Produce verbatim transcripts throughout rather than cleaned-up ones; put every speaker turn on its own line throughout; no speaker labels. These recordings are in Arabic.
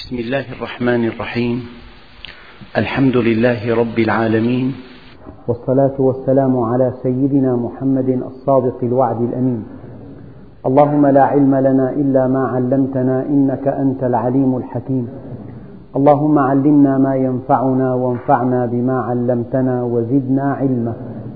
بسم الله الرحمن الرحيم. الحمد لله رب العالمين،
والصلاة والسلام على سيدنا محمد الصادق الوعد الأمين. اللهم لا علم لنا إلا ما علمتنا إنك أنت العليم الحكيم. اللهم علمنا ما ينفعنا وانفعنا بما علمتنا وزدنا علما،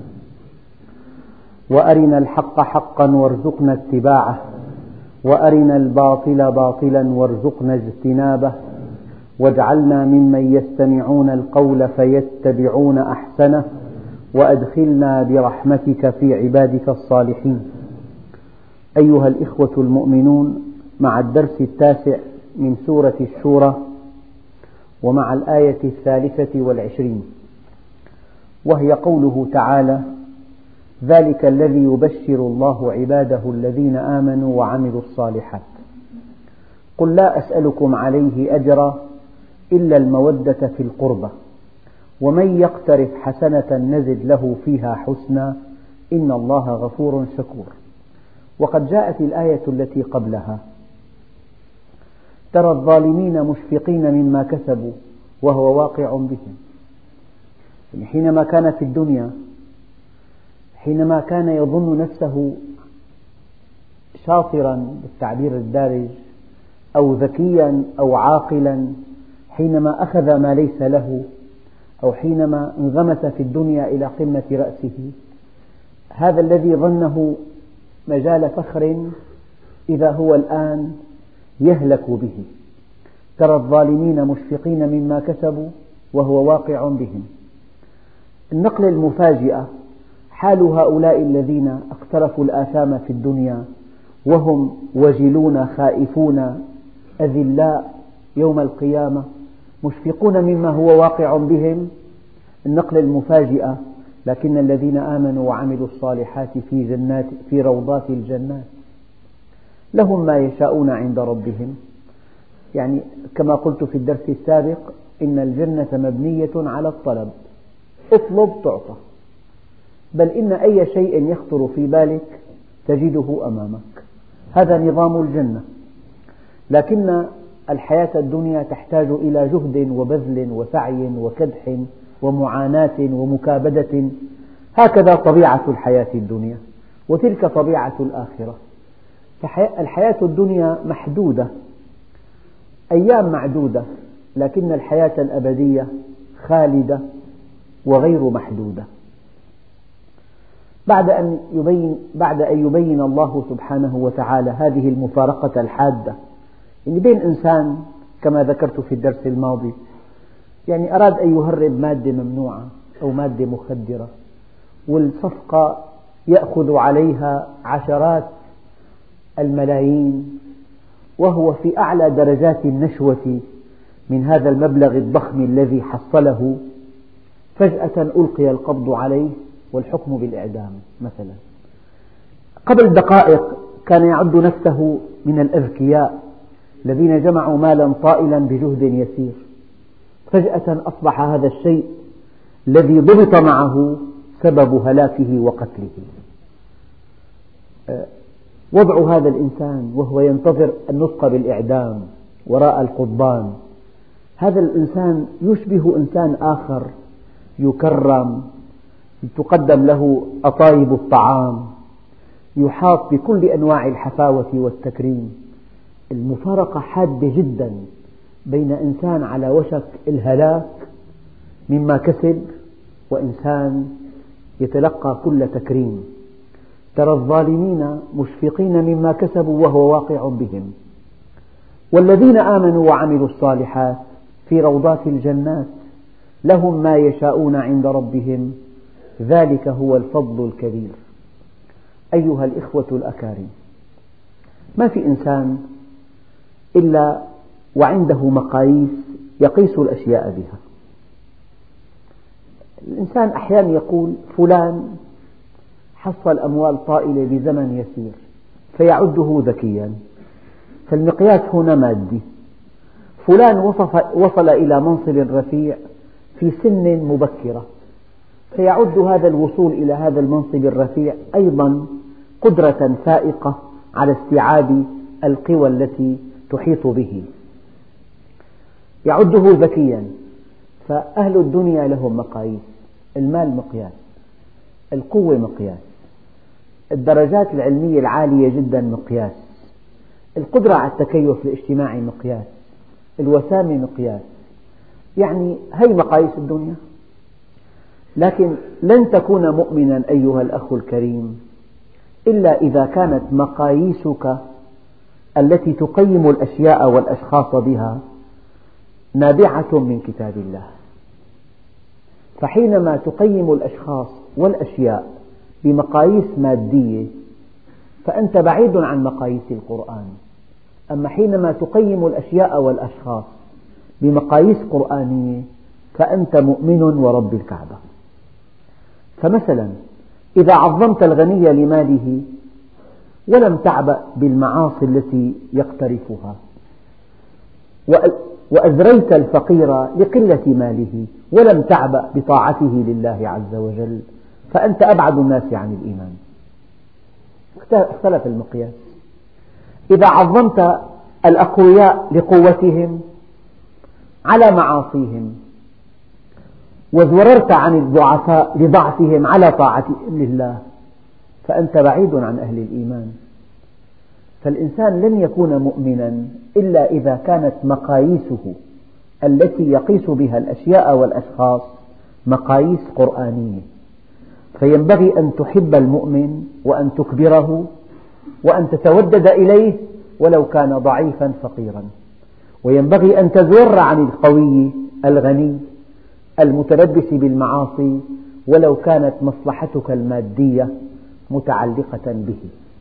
وأرنا الحق حقا وارزقنا اتباعه، وأرنا الباطل باطلا وارزقنا اجتنابه، واجعلنا ممن يستمعون القول فيتبعون أحسنه، وأدخلنا برحمتك في عبادك الصالحين. أيها الإخوة المؤمنون، مع الدرس التاسع من سورة الشورى، ومع الآية الثالثة والعشرين، وهي قوله تعالى: ذلك الذي يبشر الله عباده الذين آمنوا وعملوا الصالحات. قل لا أسألكم عليه أجرا إلا المودة في القربى، ومن يقترف حسنة نزد له فيها حسنا إن الله غفور شكور. وقد جاءت الآية التي قبلها: ترى الظالمين مشفقين مما كسبوا وهو واقع بهم. يعني حينما كان في الدنيا، حينما كان يظن نفسه شاطرا بالتعبير الدارج، أو ذكيا أو عاقلا، حينما أخذ ما ليس له، أو حينما انغمس في الدنيا إلى قمة رأسه، هذا الذي ظنه مجال فخر إذا هو الآن يهلك به. ترى الظالمين مشفقين مما كسبوا وهو واقع بهم. النقلة المفاجئة حال هؤلاء الذين اقترفوا الآثام في الدنيا وهم وجلون خائفون أذلاء يوم القيامة، مشفقون مما هو واقع بهم. النقلة المفاجئة: لكن الذين آمنوا وعملوا الصالحات في جنات في روضات الجنات لهم ما يشاءون عند ربهم. يعني كما قلت في الدرس السابق، إن الجنة مبنية على الطلب، اطلب تعطى، بل إن أي شيء يخطر في بالك تجده أمامك. هذا نظام الجنة. لكن الحياة الدنيا تحتاج إلى جهد وبذل وسعي وكدح ومعاناة ومكابدة. هكذا طبيعة الحياة الدنيا، وتلك طبيعة الآخرة. الحياة الدنيا محدودة، أيام معدودة، لكن الحياة الأبدية خالدة وغير محدودة. بعد أن يبين, بعد أن يبين الله سبحانه وتعالى هذه المفارقة الحادة يعني بين إنسان، كما ذكرت في الدرس الماضي، يعني أراد أن يهرب مادة ممنوعة أو مادة مخدرة، والصفقة يأخذ عليها عشرات الملايين، وهو في أعلى درجات النشوة من هذا المبلغ الضخم الذي حصله. فجأة ألقي القبض عليه والحكم بالإعدام مثلا. قبل دقائق كان يعد نفسه من الأذكياء الذين جمعوا مالا طائلا بجهد يسير، فجأة أصبح هذا الشيء الذي ضبط معه سبب هلاكه وقتله. وضع هذا الإنسان وهو ينتظر النطق بالإعدام وراء القضبان، هذا الإنسان يشبه إنسان آخر يكرم، تقدم له أطايب الطعام، يحاط بكل أنواع الحفاوة والتكريم. المفارقة حادة جدا بين إنسان على وشك الهلاك مما كسب وإنسان يتلقى كل تكريم. ترى الظالمين مشفقين مما كسبوا وهو واقع بهم، والذين آمنوا وعملوا الصالحات في روضات الجنات لهم ما يشاءون عند ربهم ذلك هو الفضل الكبير. أيها الإخوة الأكارم، ما في إنسان إلا وعنده مقاييس يقيس الأشياء بها. الإنسان أحيانا يقول فلان حصل أموال طائلة بزمن يسير فيعده ذكيا، فالمقياس هنا مادي. فلان وصل إلى منصب رفيع في سن مبكرة، فيعد هذا الوصول إلى هذا المنصب الرفيع أيضا قدرة فائقة على استيعاب القوى التي تحيط به. يعده ذكيا. فأهل الدنيا لهم مقاييس، المال مقياس، القوة مقياس، الدرجات العلمية العالية جدا مقياس، القدرة على التكيف الاجتماعي مقياس، الوسامة مقياس، يعني هي مقاييس الدنيا. لكن لن تكون مؤمنا أيها الأخ الكريم إلا إذا كانت مقاييسك التي تقيم الأشياء والأشخاص بها نابعة من كتاب الله. فحينما تقيم الأشخاص والأشياء بمقاييس مادية فأنت بعيد عن مقاييس القرآن. أما حينما تقيم الأشياء والأشخاص بمقاييس قرآنية فأنت مؤمن ورب الكعبة. فمثلا إذا عظمت الغني لماله ولم تعبأ بالمعاصي التي يقترفها، وأزريت الفقير لقلة ماله ولم تعبأ بطاعته لله عز وجل، فأنت أبعد الناس عن الإيمان. اختلف المقياس. إذا عظمت الأقوياء لقوتهم على معاصيهم وزوررت عن الضعفاء لضعفهم على طاعتهم لله فأنت بعيد عن أهل الإيمان. فالإنسان لن يكون مؤمنا إلا إذا كانت مقاييسه التي يقيس بها الأشياء والأشخاص مقاييس قرآنية. فينبغي أن تحب المؤمن وأن تكبره وأن تتودد إليه ولو كان ضعيفا فقيرا، وينبغي أن تزور عن القوي الغني المتلبس بالمعاصي ولو كانت مصلحتك المادية متعلقة به.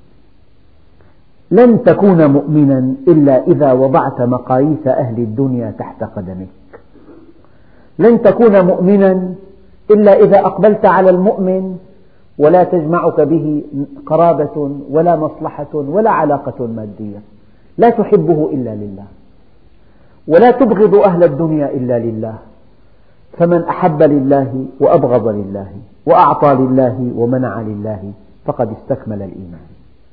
لن تكون مؤمنا إلا إذا وضعت مقاييس أهل الدنيا تحت قدمك. لن تكون مؤمنا إلا إذا أقبلت على المؤمن ولا تجمعك به قرابة ولا مصلحة ولا علاقة مادية، لا تحبه إلا لله، ولا تبغض أهل الدنيا إلا لله. فمن أحب لله وأبغض لله وأعطى لله ومنع لله فقد استكمل الإيمان.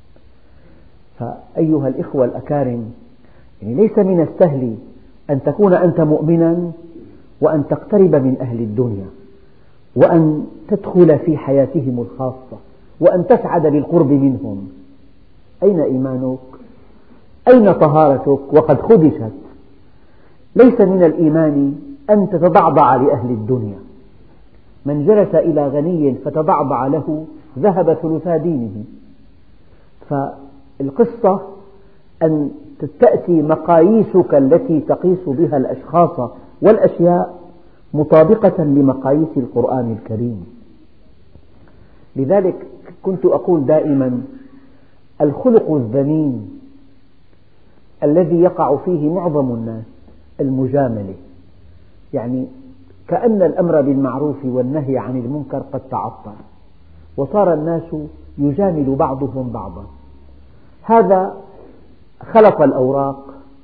فأيها الإخوة الأكارم، يعني ليس من السهل أن تكون أنت مؤمنا وأن تقترب من أهل الدنيا وأن تدخل في حياتهم الخاصة وأن تسعد بالقرب منهم. أين إيمانك؟ أين طهارتك وقد خدشت؟ ليس من الإيمان أن تتضعضع لأهل الدنيا. من جلس إلى غني فتضعضع له ذهب ثلثا دينه. فالقصة أن تأتي مقاييسك التي تقيس بها الأشخاص والأشياء مطابقة لمقاييس القرآن الكريم. لذلك كنت أقول دائما الخلق الذميم الذي يقع فيه معظم الناس المجاملة، يعني كأن الأمر بالمعروف والنهي عن المنكر قد تعطل وصار الناس يجامل بعضهم بعضا. هذا خلط الأوراق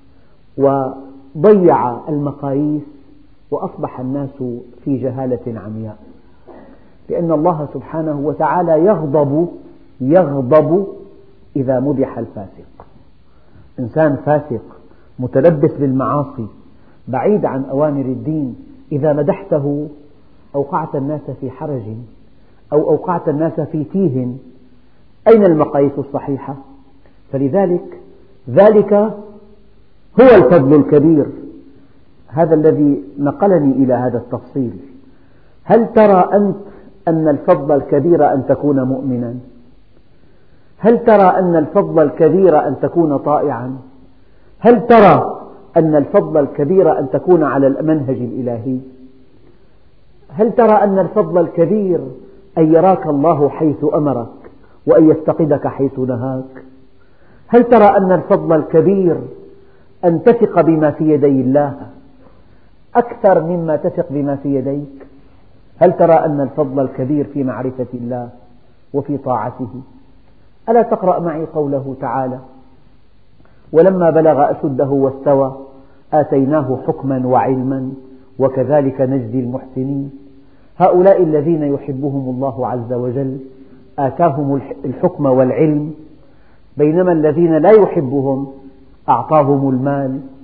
وضيع المقاييس وأصبح الناس في جهالة عمياء، لأن الله سبحانه وتعالى يغضب يغضب إذا مدح الفاسق. إنسان فاسق متلبس بالمعاصي بعيد عن أوامر الدين إذا مدحته أوقعت الناس في حرج أو أوقعت الناس في تيه. أين المقاييس الصحيحة؟ فلذلك ذلك هو الفضل الكبير. هذا الذي نقلني إلى هذا التفصيل. هل ترى أنت أن الفضل الكبير أن تكون مؤمنا؟ هل ترى أن الفضل الكبير أن تكون طائعا؟ هل ترى أن الفضل الكبير أن تكون على المنهج الإلهي؟ هل ترى أن الفضل الكبير أن يراك الله حيث أمرك وأن يفتقدك حيث نهاك؟ هل ترى أن الفضل الكبير أن تثق بما في يدي الله أكثر مما تثق بما في يديك؟ هل ترى أن الفضل الكبير في معرفة الله وفي طاعته؟ ألا تقرأ معي قوله تعالى: ولما بلغ أشده واستوى آتيناه حكما وعلما وكذلك نجزي المحسنين. هؤلاء الذين يحبهم الله عز وجل آتاهم الحكم والعلم، بينما الذين لا يحبهم أعطاهم المال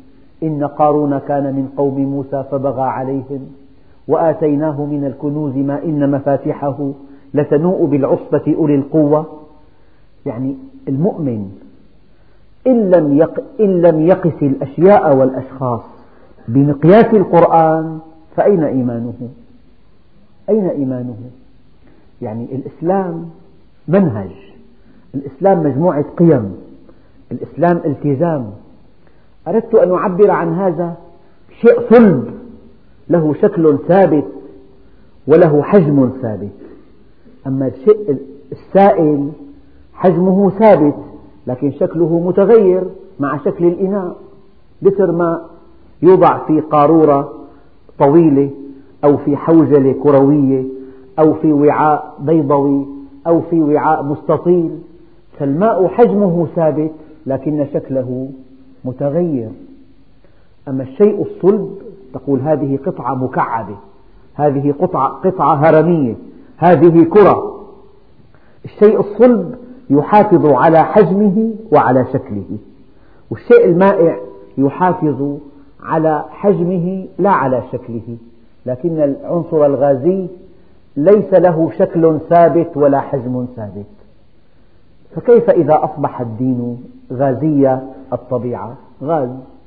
إن قارون كان من قوم موسى فبغى عليهم وآتيناه من الكنوز ما إن مفاتحه لتنوء بالعصبة أولي القوة. يعني المؤمن إن لم يق... إن لم يقس الأشياء والأشخاص بمقياس القرآن فأين إيمانه؟ أين إيمانه؟ يعني الإسلام منهج، الإسلام مجموعة قيم، الإسلام التزام. أردت أن أعبر عن هذا شيء صلب له شكل ثابت وله حجم ثابت. أما الشيء السائل حجمه ثابت لكن شكله متغير مع شكل الإناء، مثل ما يوضع في قارورة طويلة أو في حوجلة كروية أو في وعاء بيضوي أو في وعاء مستطيل، فالماء حجمه ثابت لكن شكله متغير. أما الشيء الصلب تقول هذه قطعة مكعبة، هذه قطعة, قطعة هرمية، هذه كرة. الشيء الصلب يحافظ على حجمه وعلى شكله، والشيء المائع يحافظ على حجمه لا على شكله. لكن العنصر الغازي ليس له شكل ثابت ولا حجم ثابت، فكيف إذا أصبح الدين غازي الطبيعة؟ غاز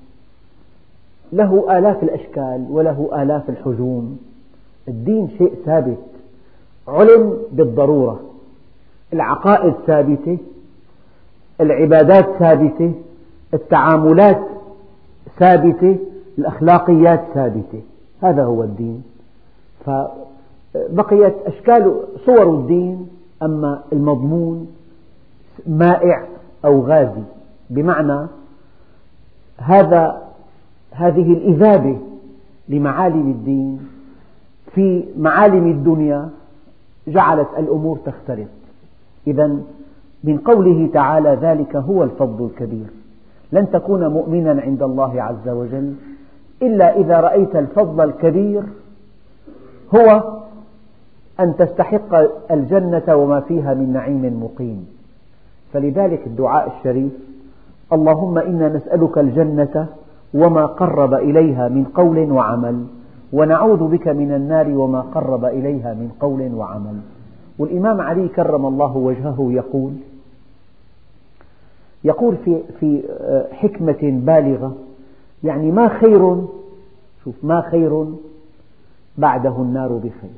له آلاف الأشكال وله آلاف الحجوم. الدين شيء ثابت علم بالضرورة، العقائد ثابتة، العبادات ثابتة، التعاملات ثابتة، الأخلاقيات ثابتة. هذا هو الدين. فبقيت أشكال صور الدين، أما المضمون مائع أو غازي، بمعنى هذا هذه الإذابة لمعالم الدين في معالم الدنيا جعلت الأمور تختلط. إذن من قوله تعالى ذلك هو الفضل الكبير، لن تكون مؤمنا عند الله عز وجل إلا إذا رأيت الفضل الكبير هو أن تستحق الجنة وما فيها من نعيم مقيم. فلذلك الدعاء الشريف اللهم إنا نسألك الجنة وما قرب إليها من قول وعمل، ونعوذ بك من النار وما قرب إليها من قول وعمل. والإمام علي كرم الله وجهه يقول يقول في في حكمة بالغة، يعني ما خير شوف ما خير بعده النار بخير.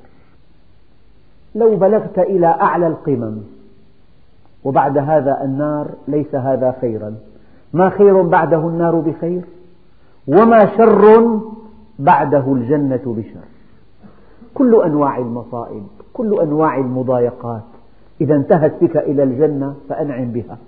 لو بلغت إلى أعلى القمم وبعد هذا النار ليس هذا خيرا، ما خير بعده النار بخير، وما شر بعده الجنة بشر. كل أنواع المصائب، كل أنواع المضايقات إذا انتهت بك إلى الجنة فأنعم بها،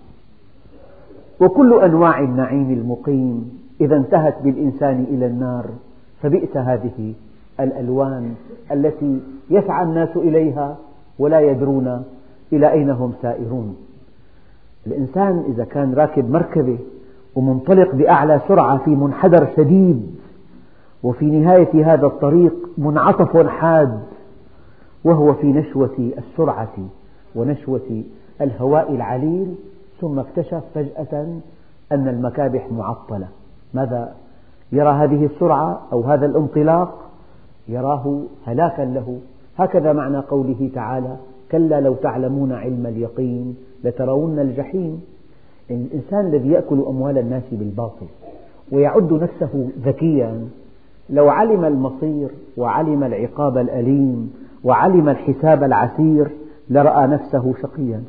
وكل أنواع النعيم المقيم إذا انتهت بالإنسان إلى النار فبئس هذه الألوان التي يسعى الناس إليها ولا يدرون إلى أين هم سائرون. الإنسان إذا كان راكب مركبة ومنطلق بأعلى سرعة في منحدر شديد، وفي نهاية هذا الطريق منعطف حاد، وهو في نشوة السرعة ونشوة الهواء العليل، ثم اكتشف فجأة أن المكابح معطلة، ماذا يرى هذه السرعة أو هذا الانطلاق؟ يراه هلاكا له. هكذا معنى قوله تعالى كلا لو تعلمون علم اليقين لترون الجحيم. الإنسان الذي يأكل أموال الناس بالباطل ويعد نفسه ذكيا لو علم المصير وعلم العقاب الأليم وعلم الحساب العسير لرأى نفسه شقيا.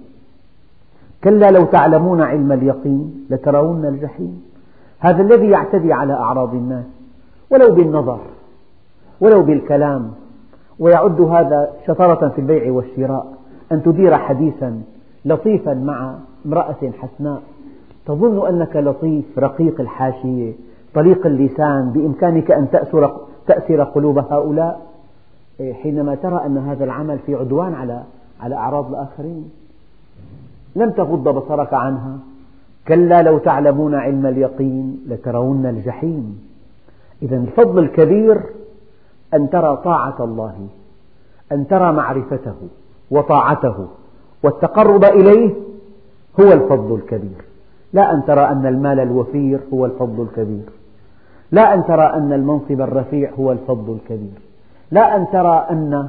كلا لو تعلمون علم اليقين لترون الجحيم. هذا الذي يعتدي على أعراض الناس ولو بالنظر ولو بالكلام، ويعد هذا شطارة في البيع والشراء، أن تدير حديثا لطيفا مع امرأة حسناء تظن أنك لطيف رقيق الحاشية طليق اللسان، بإمكانك أن تأسر, تأسر قلوب هؤلاء حينما ترى أن هذا العمل في عدوان على على أعراض الآخرين. لم تغض بصرك عنها. كلا لو تعلمون علم اليقين لترون الجحيم. إذا الفضل الكبير أن ترى طاعة الله، أن ترى معرفته وطاعته والتقرب إليه هو الفضل الكبير، لا أن ترى أن المال الوفير هو الفضل الكبير. لا أن ترى أن المنصب الرفيع هو الفضل الكبير، لا أن ترى أن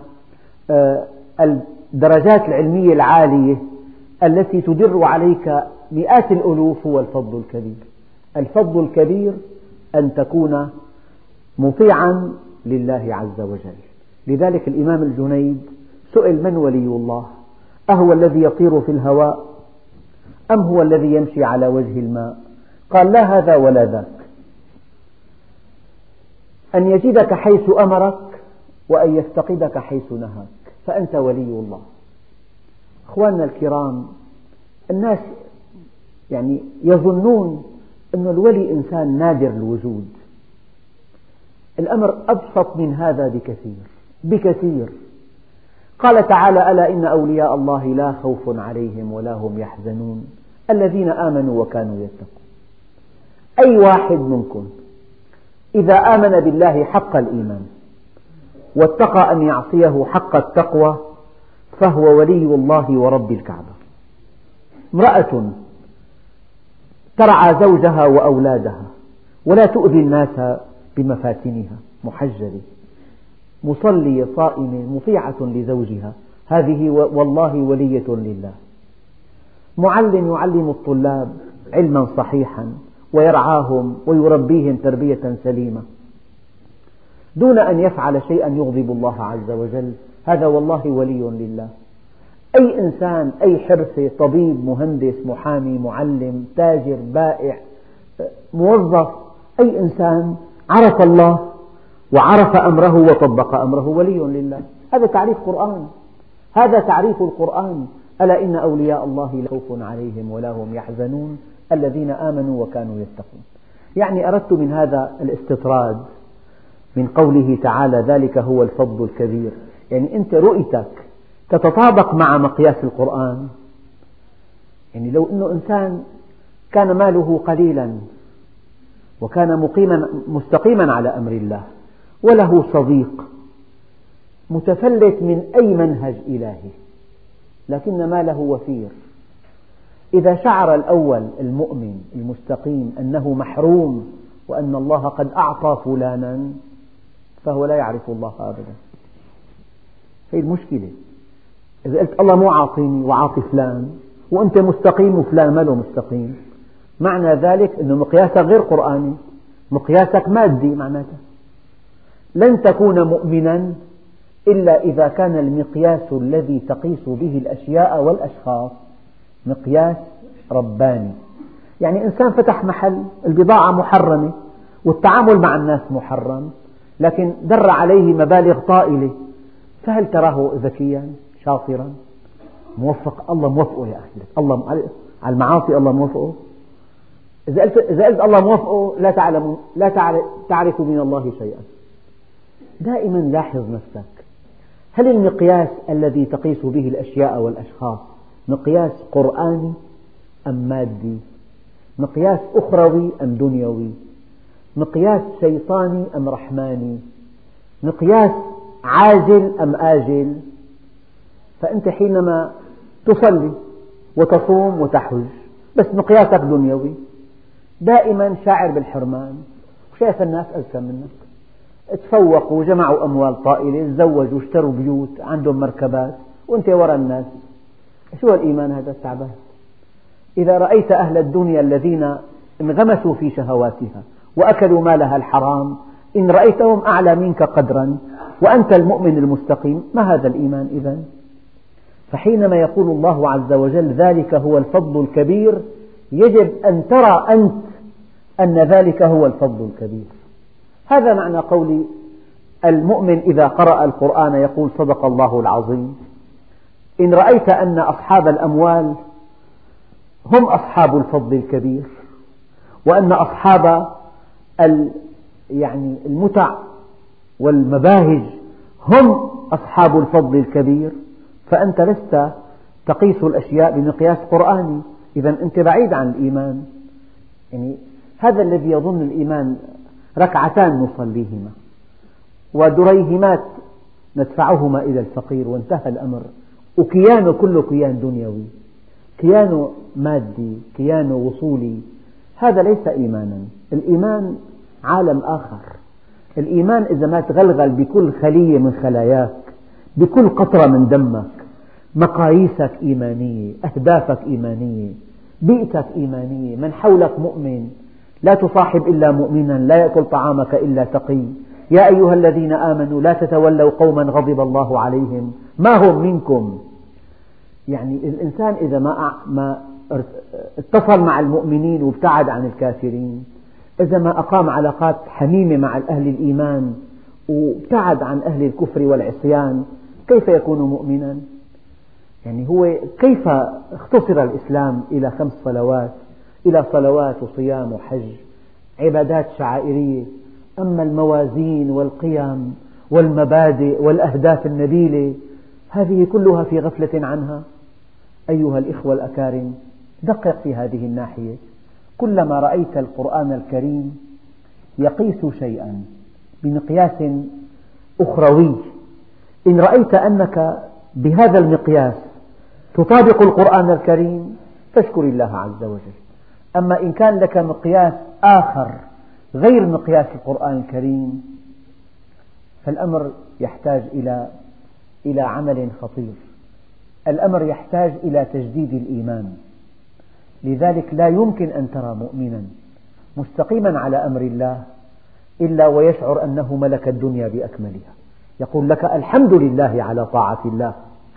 الدرجات العلمية العالية التي تدر عليك مئات الألوف هو الفضل الكبير. الفضل الكبير أن تكون مطيعا لله عز وجل. لذلك الإمام الجنيد سئل: من ولي الله؟ أهو الذي يطير في الهواء أم هو الذي يمشي على وجه الماء؟ قال: لا هذا ولا ذاك، أن يجدك حيث أمرك وأن يفتقدك حيث نهاك، فأنت ولي الله. أخواننا الكرام، الناس يعني يظنون أن الولي إنسان نادر الوجود. الأمر أبسط من هذا بكثير بكثير. قال تعالى: ألا إن أولياء الله لا خوف عليهم ولا هم يحزنون الذين آمنوا وكانوا يتقون. أي واحد منكم إذا آمن بالله حق الإيمان واتقى أن يعصيه حق التقوى فهو ولي الله ورب الكعبة. امرأة ترعى زوجها وأولادها ولا تؤذي الناس بمفاتنها، محجبة مصلية صائمة مطيعة لزوجها، هذه والله ولية لله. معلم يعلم الطلاب علما صحيحا ويرعاهم ويربيهم تربية سليمة دون أن يفعل شيئا يغضب الله عز وجل، هذا والله ولي لله. أي إنسان، أي حرفة، طبيب، مهندس، محامي، معلم، تاجر، بائع، موظف، أي إنسان عرف الله وعرف أمره وطبق أمره ولي لله. هذا تعريف قرآن، هذا تعريف القرآن: ألا إن أولياء الله لا خوف عليهم ولا هم يحزنون الذين آمنوا وكانوا يتقون. يعني أردت من هذا الاستطراد من قوله تعالى: ذلك هو الفضل الكبير، يعني أنت رؤيتك تتطابق مع مقياس القرآن. يعني لو أنه إنسان كان ماله قليلا وكان مقيما مستقيما على أمر الله وله صديق متفلت من أي منهج إلهي لكن ماله وفير، إذا شعر الأول المؤمن المستقيم أنه محروم وأن الله قد أعطى فلانا فهو لا يعرف الله أبدا. هذه المشكلة. إذا قلت الله مو عاطيني وعاطي فلان وأنت مستقيم وفلان ما له مستقيم، معنى ذلك أن مقياسك غير قرآني، مقياسك مادي. معناته لن تكون مؤمنا إلا إذا كان المقياس الذي تقيس به الأشياء والأشخاص مقياس رباني. يعني إنسان فتح محل، البضاعة محرمة والتعامل مع الناس محرم، لكن در عليه مبالغ طائلة، فهل تراه ذكيا شاطرا موفق؟ الله موفقه يا أخي، الله على المعاصي الله موفقه. إذا قلت, إذا قلت الله موفقه لا تعلم لا تعرف من الله شيئا. دائما لاحظ نفسك، هل المقياس الذي تقيس به الأشياء والأشخاص مقياس قرآني أم مادي؟ مقياس أخروي أم دنيوي؟ مقياس شيطاني أم رحماني؟ مقياس عاجل أم آجل؟ فأنت حينما تصلي وتصوم وتحج بس مقياسك دنيوي، دائما شاعر بالحرمان وشايف الناس أذكى منك، تفوقوا وجمعوا أموال طائلة، تزوجوا واشتروا بيوت، عندهم مركبات، وأنت وراء الناس. شو الإيمان هذا التعبان؟ إذا رأيت أهل الدنيا الذين انغمسوا في شهواتها وأكلوا مالها الحرام، إن رأيتهم أعلى منك قدرا وأنت المؤمن المستقيم، ما هذا الإيمان إذن؟ فحينما يقول الله عز وجل ذلك هو الفضل الكبير، يجب أن ترى أنت أن ذلك هو الفضل الكبير. هذا معنى قول المؤمن إذا قرأ القرآن يقول صدق الله العظيم. إن رأيت أن أصحاب الأموال هم أصحاب الفضل الكبير، وأن أصحاب يعني المتع والمباهج هم أصحاب الفضل الكبير، فأنت لست تقيس الأشياء بمقياس قرآني، إذن أنت بعيد عن الإيمان. يعني هذا الذي يظن الإيمان ركعتان نصليهما ودريهمات ندفعهما إلى الفقير وانتهى الأمر، وكيانه كله كيان دنيوي، كيانه مادي، كيانه وصولي، هذا ليس إيمانا. الإيمان عالم آخر. الإيمان إذا ما تغلغل بكل خلية من خلاياك، بكل قطرة من دمك، مقاييسك إيمانية، أهدافك إيمانية، بيئتك إيمانية، من حولك مؤمن، لا تصاحب إلا مؤمنا، لا يأكل طعامك إلا تقي، يا أيها الذين آمنوا لا تتولوا قوما غضب الله عليهم ما هم منكم. يعني الإنسان إذا ما ما اتصل مع المؤمنين وابتعد عن الكافرين، إذا ما أقام علاقات حميمة مع أهل الإيمان وابتعد عن أهل الكفر والعصيان، كيف يكون مؤمنا؟ يعني هو كيف اختصر الإسلام إلى خمس صلوات، إلى صلوات وصيام وحج، عبادات شعائرية، أما الموازين والقيم والمبادئ والأهداف النبيلة هذه كلها في غفلة عنها. أيها الإخوة الأكارم، دقق في هذه الناحية. كلما رأيت القرآن الكريم يقيس شيئا بمقياس أخروي، إن رأيت أنك بهذا المقياس تطابق القرآن الكريم فاشكر الله عز وجل. أما إن كان لك مقياس آخر غير مقياس القرآن الكريم فالأمر يحتاج إلى إلى عمل خطير، الأمر يحتاج إلى تجديد الإيمان. لذلك لا يمكن أن ترى مؤمنا مستقيما على أمر الله إلا ويشعر أنه ملك الدنيا بأكملها، يقول لك الحمد لله على طاعة الله.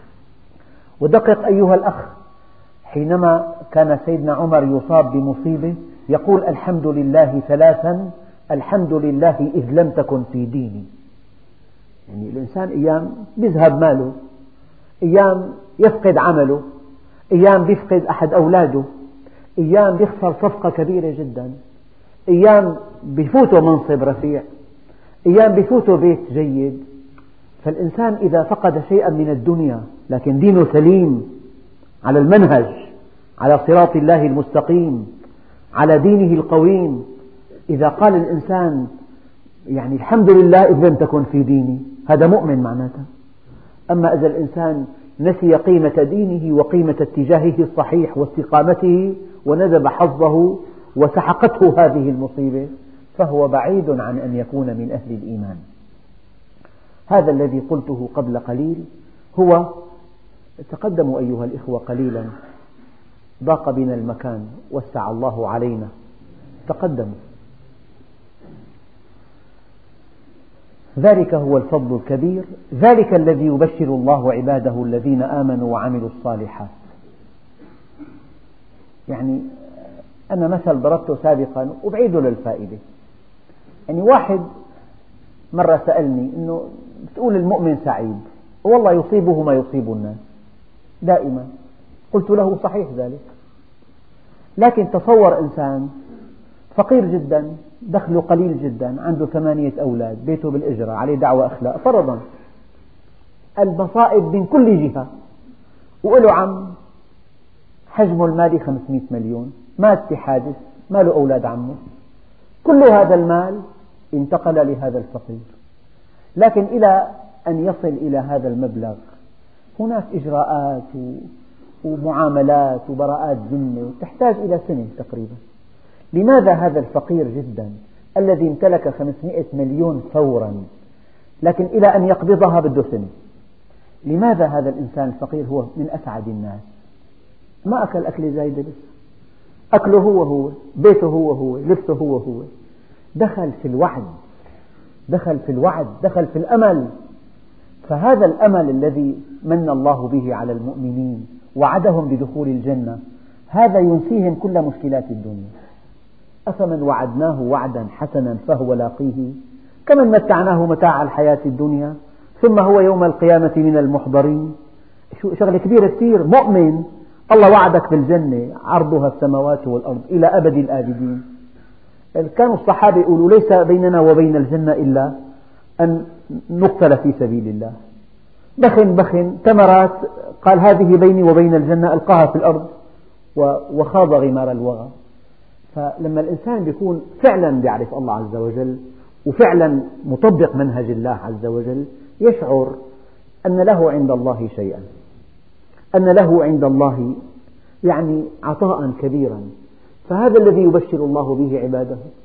ودقق أيها الأخ، حينما كان سيدنا عمر يصاب بمصيبة يقول الحمد لله ثلاثا، الحمد لله إذ لم تكن في ديني. يعني الإنسان أيام يذهب ماله، أيام يفقد عمله، أيام يفقد أحد أولاده، أيام يخسر صفقة كبيرة جدا، أيام يفوته منصب رفيع، أيام يفوته بيت جيد. فالإنسان إذا فقد شيئا من الدنيا لكن دينه سليم على المنهج، على صراط الله المستقيم، على دينه القويم، إذا قال الإنسان يعني الحمد لله إذ لم تكن في ديني، هذا مؤمن معناته. أما إذا الإنسان نسي قيمة دينه وقيمة اتجاهه الصحيح واستقامته وندب حظه وسحقته هذه المصيبة فهو بعيد عن أن يكون من أهل الإيمان. هذا الذي قلته قبل قليل هو، تقدموا أيها الإخوة قليلا، ضاق بنا المكان، وسع الله علينا، تقدموا. ذلك هو الفضل الكبير، ذلك الذي يبشر الله عباده الذين آمنوا وعملوا الصالحات. يعني أنا مثل ضربته سابقا وبعيده للفائدة. يعني واحد مرة سألني إنه بتقول المؤمن سعيد والله يصيبه ما يصيب الناس دائما، قلت له صحيح ذلك، لكن تصور إنسان فقير جدا، دخله قليل جدا، عنده ثمانية أولاد، بيته بالإجرة، عليه دعوة أخلاق فرضا، المصائب من كل جهة، وله عم حجمه المالي خمسمئة مليون، مات في حادث، ما له أولاد عمه، كل هذا المال انتقل لهذا الفقير. لكن إلى أن يصل إلى هذا المبلغ هناك إجراءات ومعاملات وبراءات ذمة تحتاج إلى سنة تقريبا. لماذا هذا الفقير جدا الذي امتلك خمسمئة مليون فورا لكن إلى أن يقبضها بده سنة؟ لماذا هذا الإنسان الفقير هو من أسعد الناس؟ ما أكل أكل زايدة لسه، أكله هو هو، بيته هو هو، لبسه هو هو، دخل في الوعد، دخل في الوعد، دخل في الأمل. فهذا الأمل الذي من الله به على المؤمنين وعدهم بدخول الجنة هذا ينسيهم كل مشكلات الدنيا. أفمن وعدناه وعدا حسنا فهو لاقيه كمن متعناه متاع الحياة الدنيا ثم هو يوم القيامة من المحضرين. شغلة كبيرة كثير. مؤمن الله وعدك بالجنة عرضها السماوات والأرض إلى أبد الآبدين. كانوا الصحابة يقولوا ليس بيننا وبين الجنة إلا أن نقتل في سبيل الله. بخن بخن تمرات، قال هذه بيني وبين الجنة، ألقاها في الأرض وخاض غمار الوغى. فلما الإنسان يكون فعلا يعرف الله عز وجل وفعلا مطبق منهج الله عز وجل يشعر أن له عند الله شيئا، أن له عند الله يعني عطاء كبيرا. فهذا الذي يبشر الله به عباده.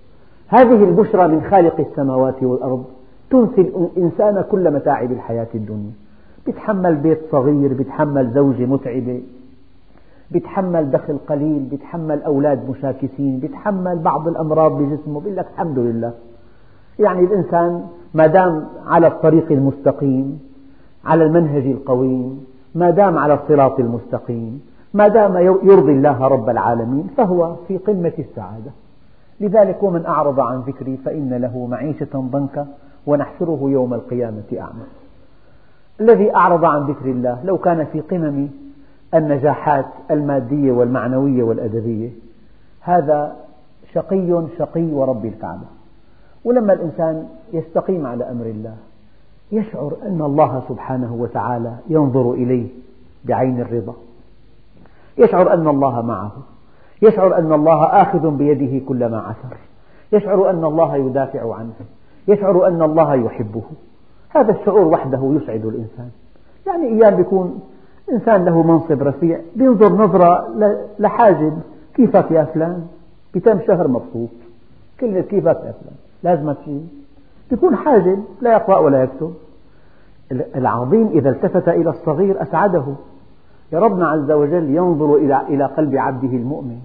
هذه البشرى من خالق السماوات والأرض تنسي الإنسان كل متاعب الحياة الدنيا. بيتحمل بيت صغير، بيتحمل زوجة متعبة، بيتحمل دخل قليل، بيتحمل أولاد مشاكسين، بيتحمل بعض الأمراض بجسمه، بيقول لك الحمد لله. يعني الإنسان ما دام على الطريق المستقيم، على المنهج القويم، ما دام على الصراط المستقيم، ما دام يرضي الله رب العالمين، فهو في قمة السعادة. لذلك ومن أعرض عن ذكري فإن له معيشة ضنكا ونحشره يوم القيامة أعمى. الذي أعرض عن ذكر الله لو كان في قمم النجاحات المادية والمعنوية والأدبية، هذا شقي شقي ورب الكعبة. ولما الإنسان يستقيم على أمر الله يشعر أن الله سبحانه وتعالى ينظر إليه بعين الرضا، يشعر أن الله معه، يشعر أن الله آخذ بيده كلما عثر، يشعر أن الله يدافع عنه، يشعر أن الله يحبه. هذا الشعور وحده يسعد الإنسان. يعني أيام يكون إنسان له منصب رفيع بينظر نظرة لحاجب، كيفك يا فلان؟ بتم شهر مبسوط، كلمة كيفك يا فلان لازم تشيل. يكون حاجب لا يقرأ ولا يكتب. العظيم إذا التفت إلى الصغير أسعده. يا ربنا عز وجل ينظر إلى قلب عبده المؤمن.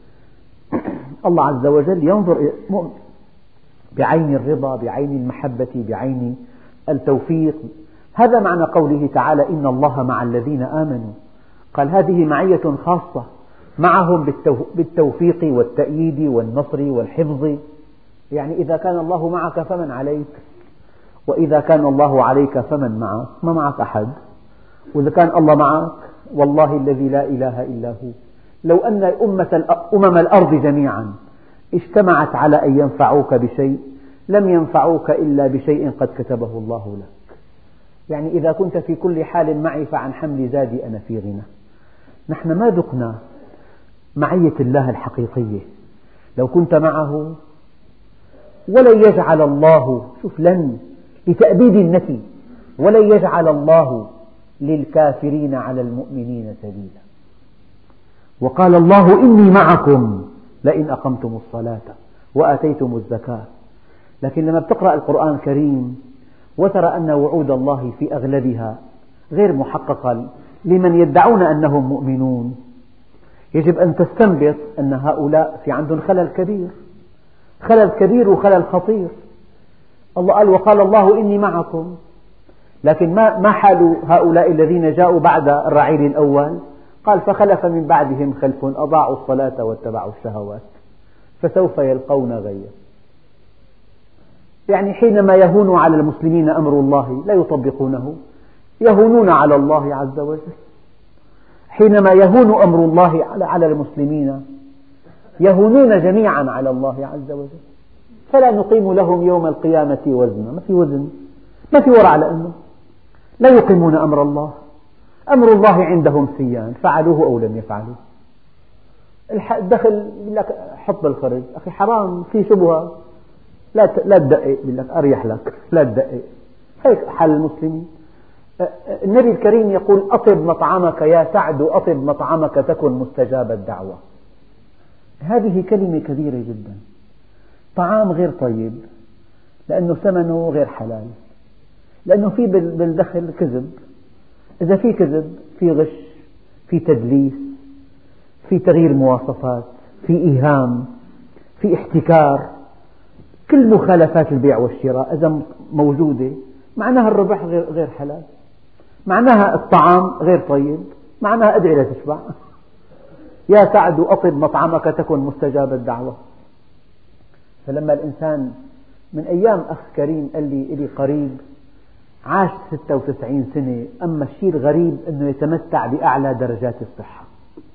الله عز وجل ينظر إلى المؤمن بعين الرضا، بعين المحبة، بعين التوفيق. هذا معنى قوله تعالى إن الله مع الذين آمنوا. قال هذه معية خاصة معهم بالتوفيق والتأييد والنصر والحفظ. يعني إذا كان الله معك فمن عليك، وإذا كان الله عليك فمن معك؟ ما معك أحد. وإذا كان الله معك والله الذي لا إله إلا هو لو أن أمم الأرض جميعا اجتمعت على أن ينفعوك بشيء لم ينفعوك إلا بشيء قد كتبه الله لك. يعني إذا كنت في كل حال معي فعن حمل زادي أنا في غنى. نحن ما ذقنا معية الله الحقيقية. لو كنت معه ولن يجعل الله، شوف لن لتأبيد النفي، ولن يجعل الله للكافرين على المؤمنين سبيلا. وقال الله إني معكم لئن أقمتم الصلاة وآتيتم الزكاة. لكن لما تقرأ القرآن الكريم وترى أن وعود الله في أغلبها غير محققة لمن يدعون أنهم مؤمنون، يجب أن تستنبط أن هؤلاء في عندهم خلل كبير، خلل كبير وخلل خطير. الله قال وقال الله إني معكم، لكن ما حال هؤلاء الذين جاءوا بعد الرعيل الأول؟ قال فخلف من بعدهم خلف أضاعوا الصلاة واتبعوا الشهوات فسوف يلقون غيا. يعني حينما يهون على المسلمين أمر الله لا يطبقونه، يهونون على الله عز وجل. حينما يهون أمر الله على المسلمين يهونون جميعا على الله عز وجل. فلا نقيم لهم يوم القيامة وزنا. ما في وزن، ما في ورع، لأنه لا يقيمون أمر الله. أمر الله عندهم سيان، فعلوه أو لم يفعلوه. الدخل يقول لك حط بالخرج، أخي حرام، في شبهة، لا لا تدقق، يقول لك أريح لك، لا تدقق. هيك حال المسلمين. النبي الكريم يقول أطب مطعمك يا سعد، أطب مطعمك تكن مستجاب الدعوة. هذه كلمة كبيرة جدا. طعام غير طيب لأنه ثمنه غير حلال، لأنه في بالدخل كذب. إذا في كذب في غش، في تدليس، في تغيير مواصفات، في إيهام، في احتكار. كل مخالفات البيع والشراء إذا موجودة معناها الربح غير حلال، معناها الطعام غير طيب، معناها أدعي لا تشبع. يا سعد أطب مطعمك تكن مستجاب الدعوة. فلما الإنسان من أيام أخ كريم قال لي إلي قريب عاش ستة وتسعين سنة، أما الشيء الغريب أنه يتمتع بأعلى درجات الصحة.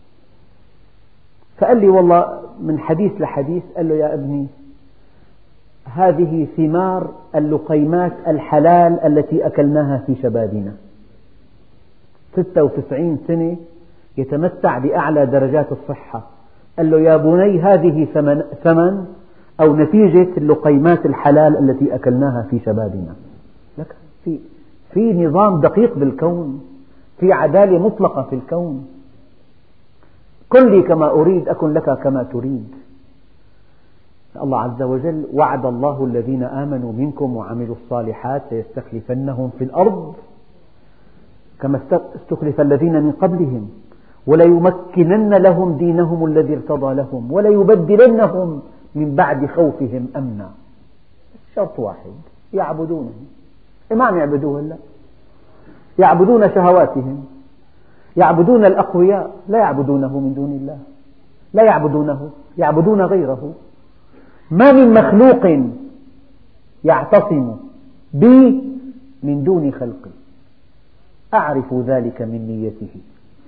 فقال لي والله من حديث لحديث، قال له يا ابني هذه ثمار اللقيمات الحلال التي أكلناها في شبابنا. ستة وتسعين سنة يتمتع بأعلى درجات الصحة. قال له يا بني هذه ثمن, ثمن أو نتيجة اللقيمات الحلال التي أكلناها في شبابنا. لك في, في نظام دقيق بالكون، في عدالة مطلقة في الكون. كن لي كما أريد أكن لك كما تريد. الله عز وجل وعد الله الذين آمنوا منكم وعملوا الصالحات ليستخلفنهم في الأرض كما استخلف الذين من قبلهم وليمكنن لهم دينهم الذي ارتضى لهم وليبدلنهم من بعد خوفهم أمنا. شرط واحد، يعبدونه. ما عم يعبدوه هلا؟ يعبدون شهواتهم، يعبدون الأقوياء، لا يعبدونه من دون الله، لا يعبدونه، يعبدون غيره. ما من مخلوق يعتصم بي من دون خلقي، أعرف ذلك من نيته.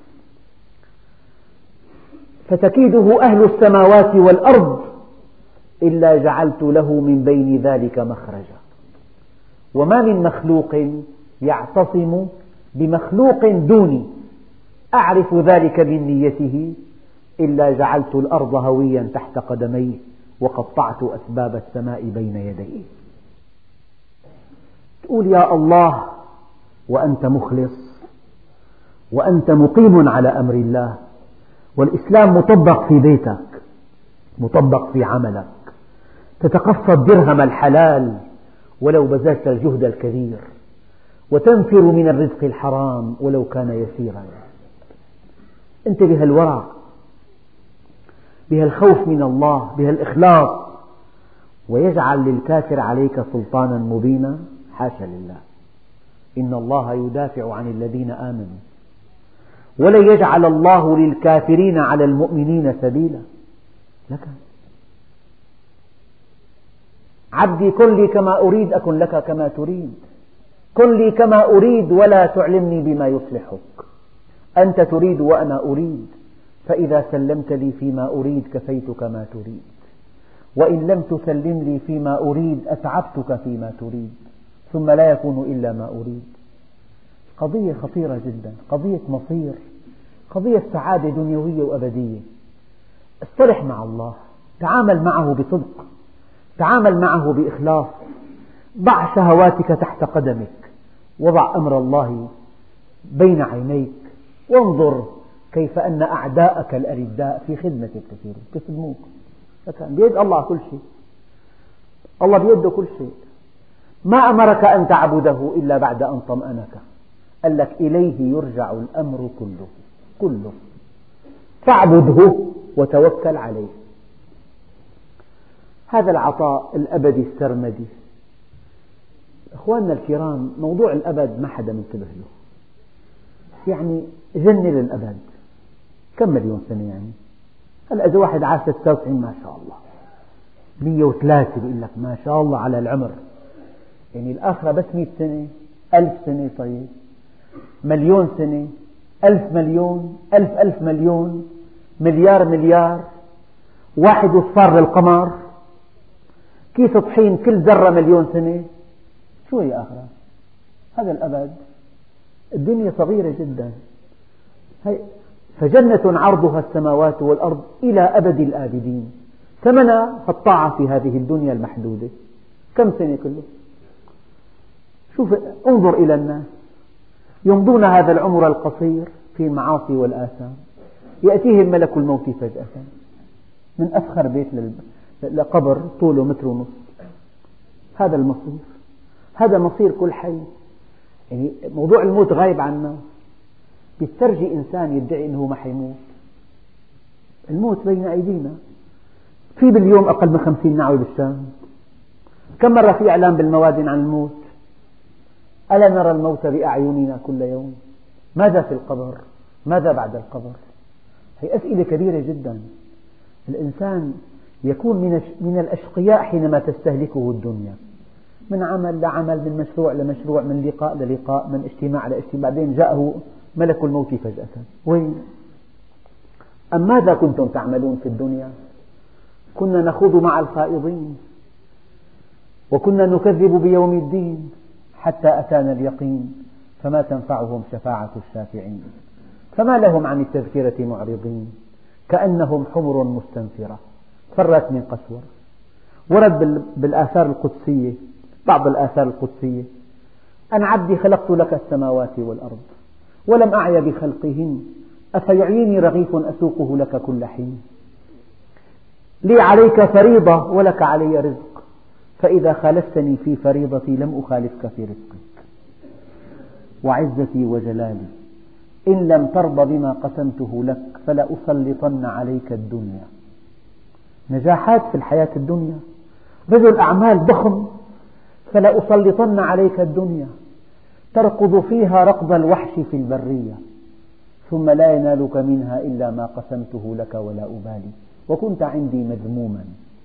فتكيده أهل السماوات والأرض إلا جعلت له من بين ذلك مخرجا. وما من مخلوق يعتصم بمخلوق دوني، أعرف ذلك من نيته، إلا جعلت الأرض هويا تحت قدميه وقطعت أسباب السماء بين يديه. تقول يا الله وأنت مخلص وأنت مقيم على أمر الله، والإسلام مطبق في بيتك، مطبق في عملك، تتقصد درهم الحلال ولو بذلت الجهد الكبير، وتنفر من الرزق الحرام ولو كان يسيرا. أنت بها الورع، بها الخوف من الله، بها الإخلاص، ويجعل للكافر عليك سلطانا مبينا؟ حاشا لله. إن الله يدافع عن الذين آمنوا ولن يجعل الله للكافرين على المؤمنين سبيلا. لك عبدي كن لي كما أريد أكن لك كما تريد، كن لي كما أريد ولا تعلمني بما يصلحك. أنت تريد وأنا أريد، فإذا سلمت لي فيما أريد كفيتك ما تريد، وإن لم تسلم لي فيما أريد أتعبتك فيما تريد، ثم لا يكون إلا ما أريد. قضية خطيرة جدا، قضية مصير، قضية سعادة دنيوية وأبدية. اصطلح مع الله، تعامل معه بصدق، تعامل معه بإخلاص، ضع شهواتك تحت قدمك، وضع أمر الله بين عينيك، وانظر كيف أن أعداءك الأرداء في خدمتك كثيرون، يخدموك. بيد الله كل شيء، الله بيده كل شيء. ما أمرك أن تعبده إلا بعد أن طمأنك، قال لك إليه يرجع الأمر كله كله، فاعبده وتوكل عليه. هذا العطاء الأبدي السرمدي. أخواننا الكرام، موضوع الأبد ما حدا منتبه له، يعني جنة للأبد. كم مليون سنة يعني؟ هلا إذا واحد عاش ستة وتسعين ما شاء الله، مئة وثلاثة بيقول لك ما شاء الله على العمر، يعني الآخرة بس مئة سنة، ألف سنة، طيب مليون سنة، ألف مليون، ألف ألف مليون، مليار مليار، واحد وصار للقمر، كيف طحين كل ذرة مليون سنة؟ شو هي آخرة؟ هذا الأبد. الدنيا صغيرة جدا. فجنة عرضها السماوات والأرض إلى أبد الآبدين، ثمنها الطاعة في هذه الدنيا المحدودة. كم سنة كله؟ شوف، انظر إلى الناس يمضون هذا العمر القصير في المعاصي والآثام، يأتيهم ملك الموت فجأة من أفخر بيت لقبر طوله متر ونصف. هذا المصير، هذا مصير كل حي. يعني موضوع الموت غايب عنا. بيسترجي إنسان يدعي أنه ما حيموت. الموت بين أيدينا. في باليوم أقل من خمسين نعوة بالشام. كم مرة في إعلام بالموادن عن الموت؟ ألا نرى الموت بأعيننا كل يوم؟ ماذا في القبر؟ ماذا بعد القبر؟ هي أسئلة كبيرة جدا. الإنسان يكون من الأشقياء حينما تستهلكه الدنيا، من عمل لعمل، من مشروع لمشروع، من لقاء للقاء، من اجتماع لاجتماع، بعدين جاءه ملك الموت فجأة. وين؟ أم ماذا كنتم تعملون في الدنيا؟ كنا نخوض مع الخائضين، وكنا نكذب بيوم الدين حتى أتانا اليقين، فما تنفعهم شفاعة الشافعين، فما لهم عن التذكرة معرضين، كأنهم حمر مستنفرة فرت من قسورة. ورد بالآثار القدسية، بعض الآثار القدسية: أن عبدي خلقت لك السماوات والأرض ولم أعي بخلقهن، أفيعيني رغيف أسوقه لك كل حين. لي عليك فريضة ولك علي رزق، فإذا خالفتني في فريضتي لم أخالفك في رزقك، وعزتي وجلالي إن لم ترض بما قسمته لك فلأسلطن عليك الدنيا. نجاحات في الحياة الدنيا، رجل أعمال ضخم، فلأسلطن عليك الدنيا تركض فيها ركض الوحش في البرية، ثم لا ينالك منها إلا ما قسمته لك ولا أبالي، وكنت عندي مذموما.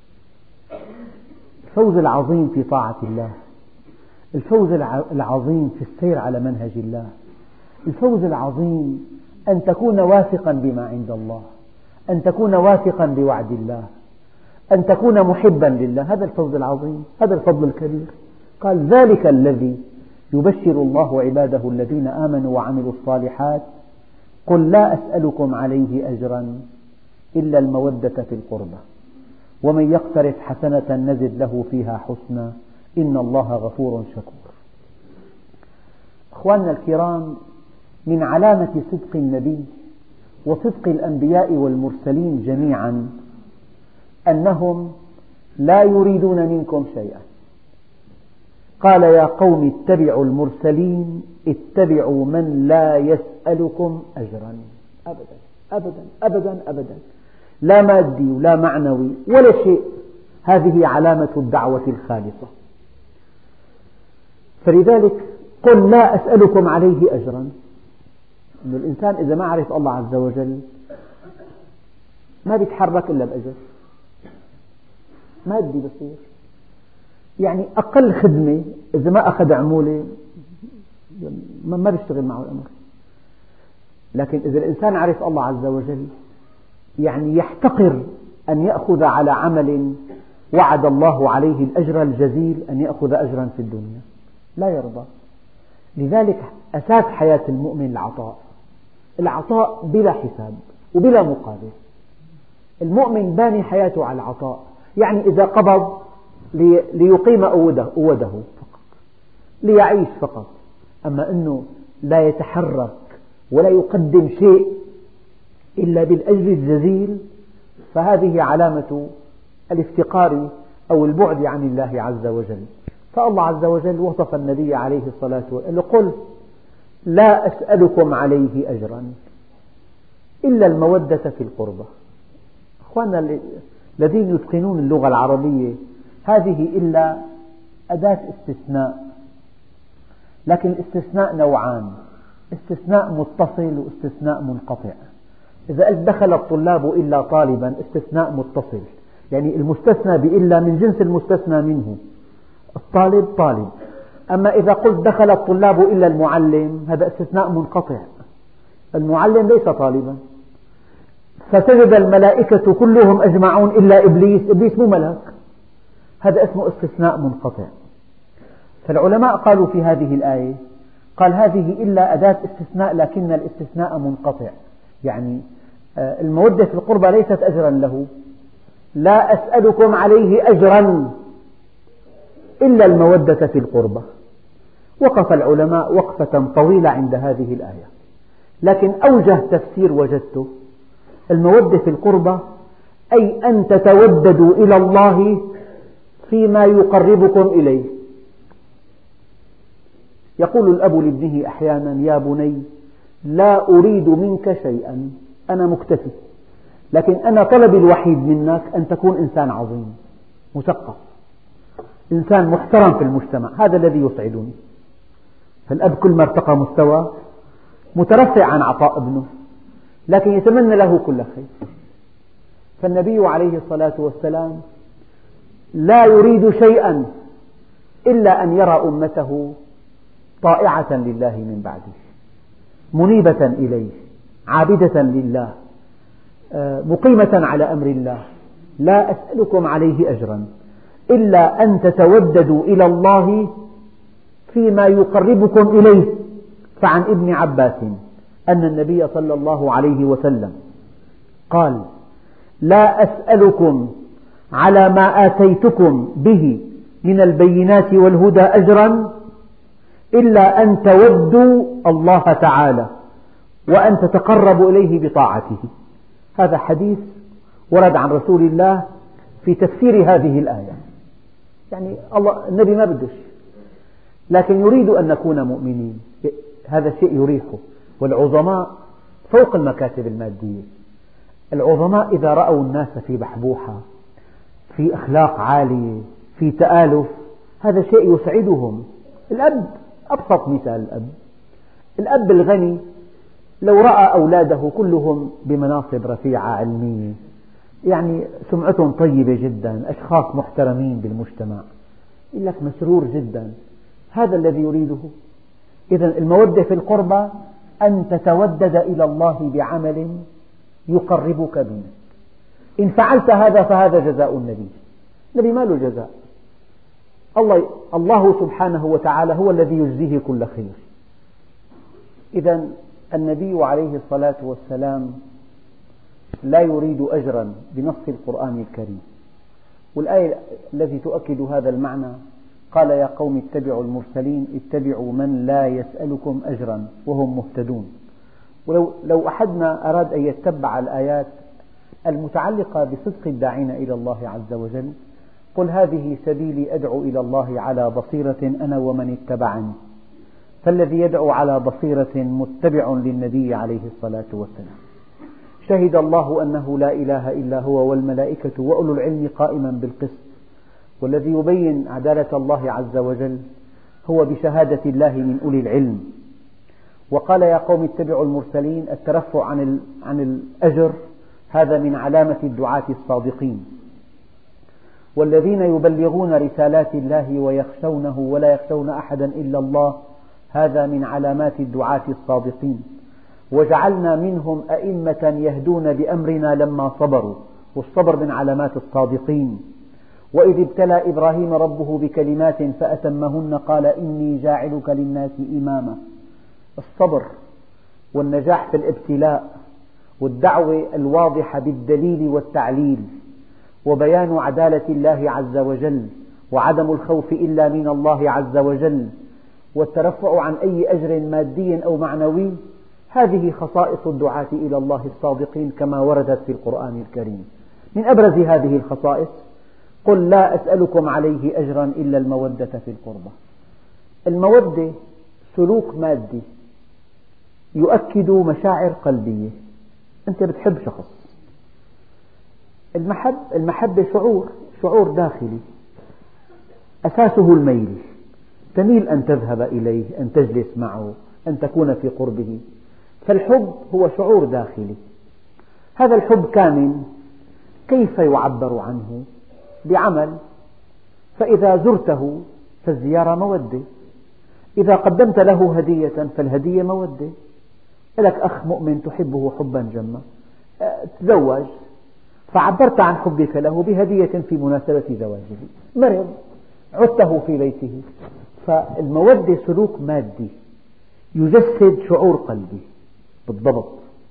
الفوز العظيم في طاعة الله، الفوز العظيم في السير على منهج الله، الفوز العظيم أن تكون واثقا بما عند الله، أن تكون واثقا بوعد الله، أن تكون محبا لله، هذا الفوز العظيم، هذا الفضل الكبير. قال: ذلك الذي يبشر الله عباده الذين آمنوا وعملوا الصالحات قل لا أسألكم عليه أجرا إلا المودة في القربى ومن يقترف حسنة نزد له فيها حسنا إن الله غفور شكور. أخواننا الكرام، من علامة صدق النبي وصدق الأنبياء والمرسلين جميعا أنهم لا يريدون منكم شيئا. قال: يا قوم اتبعوا المرسلين اتبعوا من لا يسألكم أجرا، أبدا أبدا أبدا أبدا، لا مادي ولا معنوي ولا شيء. هذه علامة الدعوة الخالصة. فلذلك قل لا أسألكم عليه أجرا. إن الإنسان إذا ما عرف الله عز وجل ما بيتحرك إلا بأجر مادي بصير. يعني أقل خدمة إذا ما أخذ عمولة ما بيشتغل معه الأمر. لكن إذا الإنسان عرف الله عز وجل يعني يحتقر أن يأخذ على عمل وعد الله عليه الأجر الجزيل أن يأخذ أجرا في الدنيا، لا يرضى. لذلك أساس حياة المؤمن العطاء، العطاء بلا حساب وبلا مقابل. المؤمن باني حياته على العطاء، يعني إذا قبض ليقيم أوده فقط، ليعيش فقط، أما أنه لا يتحرك ولا يقدم شيء إلا بالأجر الجزيل، فهذه علامة الافتقار أو البعد عن الله عز وجل. فالله عز وجل وصف النبي عليه الصلاة والسلام: قل لا أسألكم عليه أجرا إلا المودة في القربى. أخواننا الذين يتقنون اللغة العربية، هذه إلا أداة استثناء، لكن الاستثناء نوعان: استثناء متصل واستثناء منقطع. إذا قلت دخل الطلاب إلا طالبا استثناء متصل، يعني المستثنى بإلا من جنس المستثنى منه، الطالب طالب. أما إذا قلت دخل الطلاب إلا المعلم هذا استثناء منقطع، المعلم ليس طالبا. فسجد الملائكة كلهم أجمعون إلا إبليس، إبليس مو ملك، هذا اسمه استثناء منقطع. فالعلماء قالوا في هذه الآية، قال هذه إلا أداة استثناء لكن الاستثناء منقطع، يعني المودة في القربى ليست أجرا له، لا أسألكم عليه أجرا إلا المودة في القربى. وقف العلماء وقفة طويلة عند هذه الآية، لكن أوجه تفسير وجدته: المودة في القربى أي أن تتوددوا إلى الله فيما يقربكم إليه. يقول الأب لابنه أحيانا: يا بني لا أريد منك شيئا، أنا مكتفي، لكن أنا طلبي الوحيد منك أن تكون إنسان عظيم مثقف، إنسان محترم في المجتمع، هذا الذي يسعدني. فالأب كل ما ارتقى مستوى مترفع عن عطاء ابنه، لكن يتمنى له كل خير. فالنبي عليه الصلاة والسلام لا يريد شيئا إلا أن يرى أمته طائعة لله من بعده، منيبة إليه، عابدة لله، مقيمة على أمر الله. لا أسألكم عليه أجرا إلا أن تتوددوا إلى الله فيما يقربكم إليه. فعن ابن عباس أن النبي صلى الله عليه وسلم قال: لا أسألكم على ما آتيتكم به من البينات والهدى أجرا إلا أن تودوا الله تعالى وأن تتقربوا إليه بطاعته. هذا حديث ورد عن رسول الله في تفسير هذه الآية. يعني الله النبي ما بدش، لكن يريد أن نكون مؤمنين، هذا الشيء يريحه. والعظماء فوق المكاتب المادية، العظماء إذا رأوا الناس في بحبوحة، في أخلاق عالية، في تآلف، هذا شيء يسعدهم. الأب أبسط مثال، الأب الأب الغني لو رأى أولاده كلهم بمناصب رفيعة علمية، يعني سمعتهم طيبة جدا، أشخاص محترمين بالمجتمع، يقول لك مسرور جدا. هذا الذي يريده. إذن المودة في القربى أن تتودد إلى الله بعمل يقربك منه. إن فعلت هذا فهذا جزاء النبي. النبي ما له جزاء، الله, الله سبحانه وتعالى هو الذي يجزيه كل خير. إذن النبي عليه الصلاة والسلام لا يريد أجرا بنص القرآن الكريم. والآية التي تؤكد هذا المعنى قال يا قوم اتبعوا المرسلين اتبعوا من لا يسألكم أجرا وهم مهتدون. ولو لو أحدنا أراد أن يتبع الآيات المتعلقة بصدق الداعين إلى الله عز وجل، قل هذه سبيلي أدعو إلى الله على بصيرة أنا ومن اتبعني. فالذي يدعو على بصيرة متبع للنبي عليه الصلاة والسلام. شهد الله أنه لا إله إلا هو والملائكة وأولو العلم قائما بالقسط. والذي يبين عدالة الله عز وجل هو بشهادة الله من أولي العلم. وقال يا قوم اتبعوا المرسلين، الترفع عن عن الأجر هذا من علامة الدعاة الصادقين. والذين يبلغون رسالات الله ويخشونه ولا يخشون أحدا إلا الله، هذا من علامات الدعاة الصادقين. وجعلنا منهم أئمة يهدون بأمرنا لما صبروا، والصبر من علامات الصادقين. وإذ ابتلى إبراهيم ربه بكلمات فأتمهن قال إني جاعلك للناس إماما. الصبر والنجاح في الابتلاء والدعوة الواضحة بالدليل والتعليل وبيان عدالة الله عز وجل وعدم الخوف إلا من الله عز وجل والترفع عن أي أجر مادي أو معنوي، هذه خصائص الدعاة إلى الله الصادقين كما وردت في القرآن الكريم. من أبرز هذه الخصائص قل لا أسألكم عليه أجرا إلا المودة في القربى. المودة سلوك مادي يؤكد مشاعر قلبية. أنت بتحب شخص، المحب المحبة شعور شعور داخلي أساسه الميل، تميل أن تذهب إليه، أن تجلس معه، أن تكون في قربه. فالحب هو شعور داخلي. هذا الحب كامن. كيف يعبر عنه؟ بعمل. فإذا زرته فالزيارة مودة، إذا قدمت له هدية فالهدية مودة. لك أخ مؤمن تحبه حبا جما، تزوج فعبرت عن حبك له بهدية في مناسبة زواجه. مرض عدته في بيته. فالمودة سلوك مادي يجسد شعور قلبي بالضبط.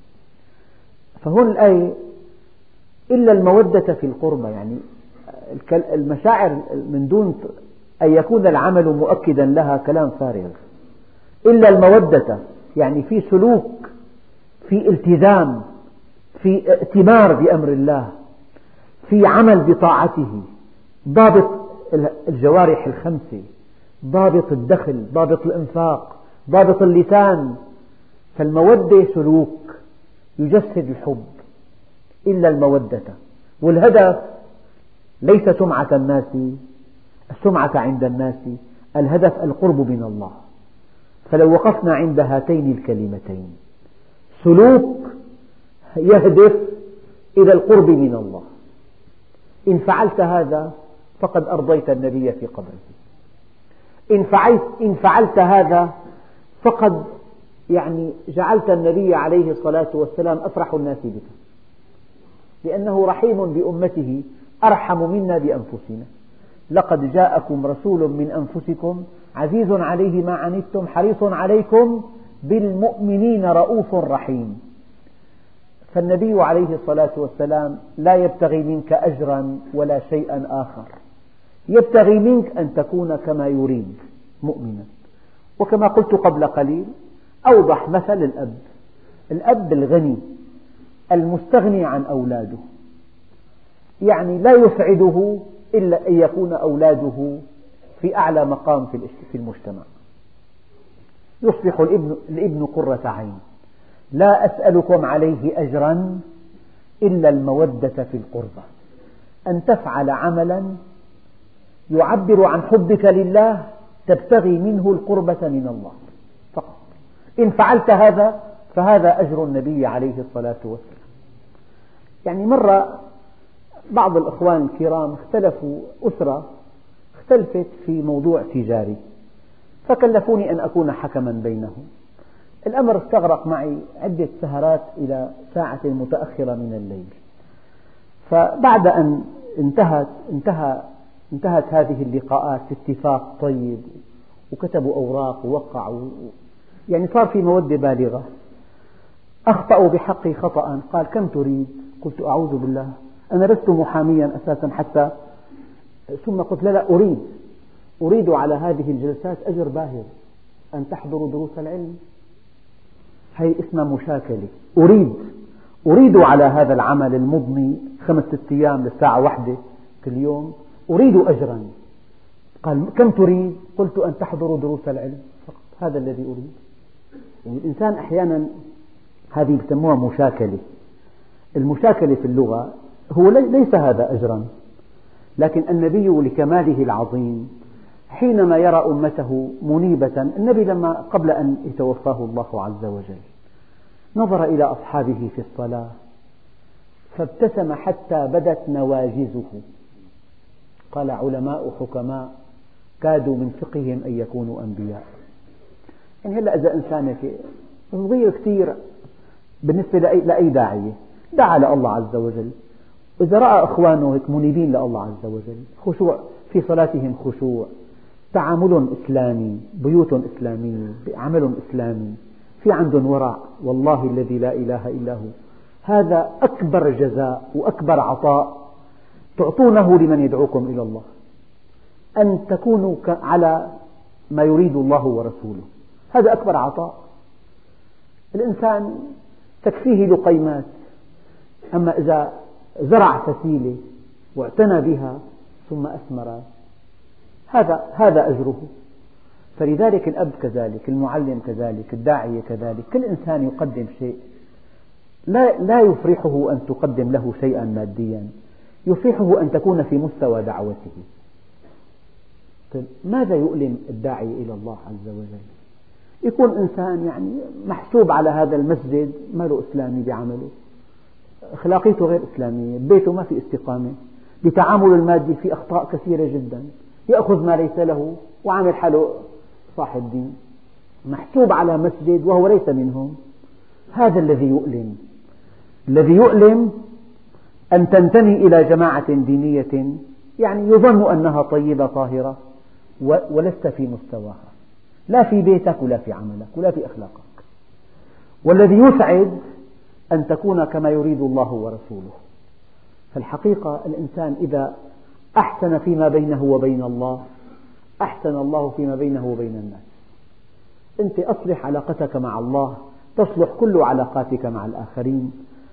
فهون الآية إلا المودة في القربى، يعني المشاعر من دون أن يكون العمل مؤكدا لها كلام فارغ. إلا المودة يعني في سلوك، في التزام، في ائتمار بأمر الله، في عمل بطاعته، ضابط الجوارح الخمسة، ضابط الدخل، ضابط الإنفاق، ضابط اللسان. فالمودة سلوك يجسد الحب. إلا المودة. والهدف ليس سمعة الناس، السمعة عند الناس، الهدف القرب من الله. فلو وقفنا عند هاتين الكلمتين، سلوك يهدف إلى القرب من الله، إن فعلت هذا فقد أرضيت النبي في قبره. إن فعلت, إن فعلت هذا فقد يعني جعلت النبي عليه الصلاة والسلام أفرح الناس بك، لأنه رحيم بأمته أرحم منا بأنفسنا. لقد جاءكم رسول من أنفسكم عزيز عليه ما عنتم حريص عليكم بالمؤمنين رؤوف رحيم. فالنبي عليه الصلاة والسلام لا يبتغي منك أجرا ولا شيئا آخر، يبتغي منك أن تكون كما يريد مؤمنا. وكما قلت قبل قليل أوضح مثل الأب، الأب الغني المستغني عن أولاده، يعني لا يسعده إلا أن يكون أولاده في أعلى مقام في المجتمع. يصبح الابن, الابن قرة عين. لا أسألكم عليه أجرا إلا المودة في القربى، أن تفعل عملا يعبر عن حبك لله تبتغي منه القربة من الله فقط. إن فعلت هذا فهذا أجر النبي عليه الصلاة والسلام. يعني مرة بعض الإخوان الكرام اختلفوا، أسرة اختلفت في موضوع تجاري، فكلفوني أن أكون حكما بينهم. الأمر استغرق معي عدة سهرات إلى ساعة متأخرة من الليل. فبعد أن انتهت, انتهى انتهت هذه اللقاءات في اتفاق طيب، وكتبوا أوراق ووقعوا، يعني صار في مودة بالغة. أخطأوا بحقي خطأ، قال: كم تريد؟ قلت: أعوذ بالله، أنا لست محاميا أساسا حتى. ثم قلت: لا لا أريد أريد على هذه الجلسات أجر باهر، أن تحضروا دروس العلم. هي اسمها مشاكلة. أريد أريد على هذا العمل المضني خمس ست أيام للساعة واحدة كل يوم أريد أجرا. قال: كم تريد؟ قلت: أن تحضروا دروس العلم فقط، هذا الذي أريد. يعني الإنسان أحيانا هذه يسموها مشاكلة. المشاكلة في اللغة هو ليس هذا أجرا، لكن النبي لكماله العظيم حينما يرى أمته منيبة، النبي لما قبل أن يتوفاه الله عز وجل نظر إلى أصحابه في الصلاة فابتسم حتى بدت نواجذه. قال: علماء حكماء كادوا من فقههم أن يكونوا أنبياء. يعني هلأ إذا إنسان صغير كثير بالنسبة لأي داعية دعا لله عز وجل، إذا رأى إخوانه منيبين لله عز وجل، خشوع في صلاتهم، خشوع، تعامل إسلامي، بيوت إسلامية، عمل إسلامي، في عندهم ورع، والله الذي لا إله إلا هو، هذا أكبر جزاء وأكبر عطاء تعطونه لمن يدعوكم إلى الله، أن تكونوا على ما يريد الله ورسوله. هذا أكبر عطاء. الإنسان تكفيه لقيمات، أما إذا زرع فسيلة واعتنى بها ثم أثمر، هذا هذا أجره. فلذلك الأب كذلك، المعلم كذلك، الداعية كذلك، كل إنسان يقدم شيء. لا لا يفرحه أن تقدم له شيئا ماديا، يفرحه أن تكون في مستوى دعوته. طيب ماذا يؤلم الداعي إلى الله عز وجل؟ يكون إنسان يعني محسوب على هذا المسجد، ما له إسلامي بعمله، أخلاقيته غير إسلامية، بيته ما في استقامة، بتعامله المادي في أخطاء كثيرة جدا، يأخذ ما ليس له وعامل حاله صاحب دين، محسوب على مسجد وهو ليس منهم. هذا الذي يؤلم. الذي يؤلم أن تنتمي إلى جماعة دينية يعني يظن أنها طيبة طاهرة ولست في مستواها، لا في بيتك ولا في عملك ولا في أخلاقك. والذي يسعد أن تكون كما يريد الله ورسوله. فالحقيقة الإنسان إذا أحسن فيما بينه وبين الله أحسن الله فيما بينه وبين الناس. أنت أصلح علاقتك مع الله تصلح كل علاقاتك مع الآخرين.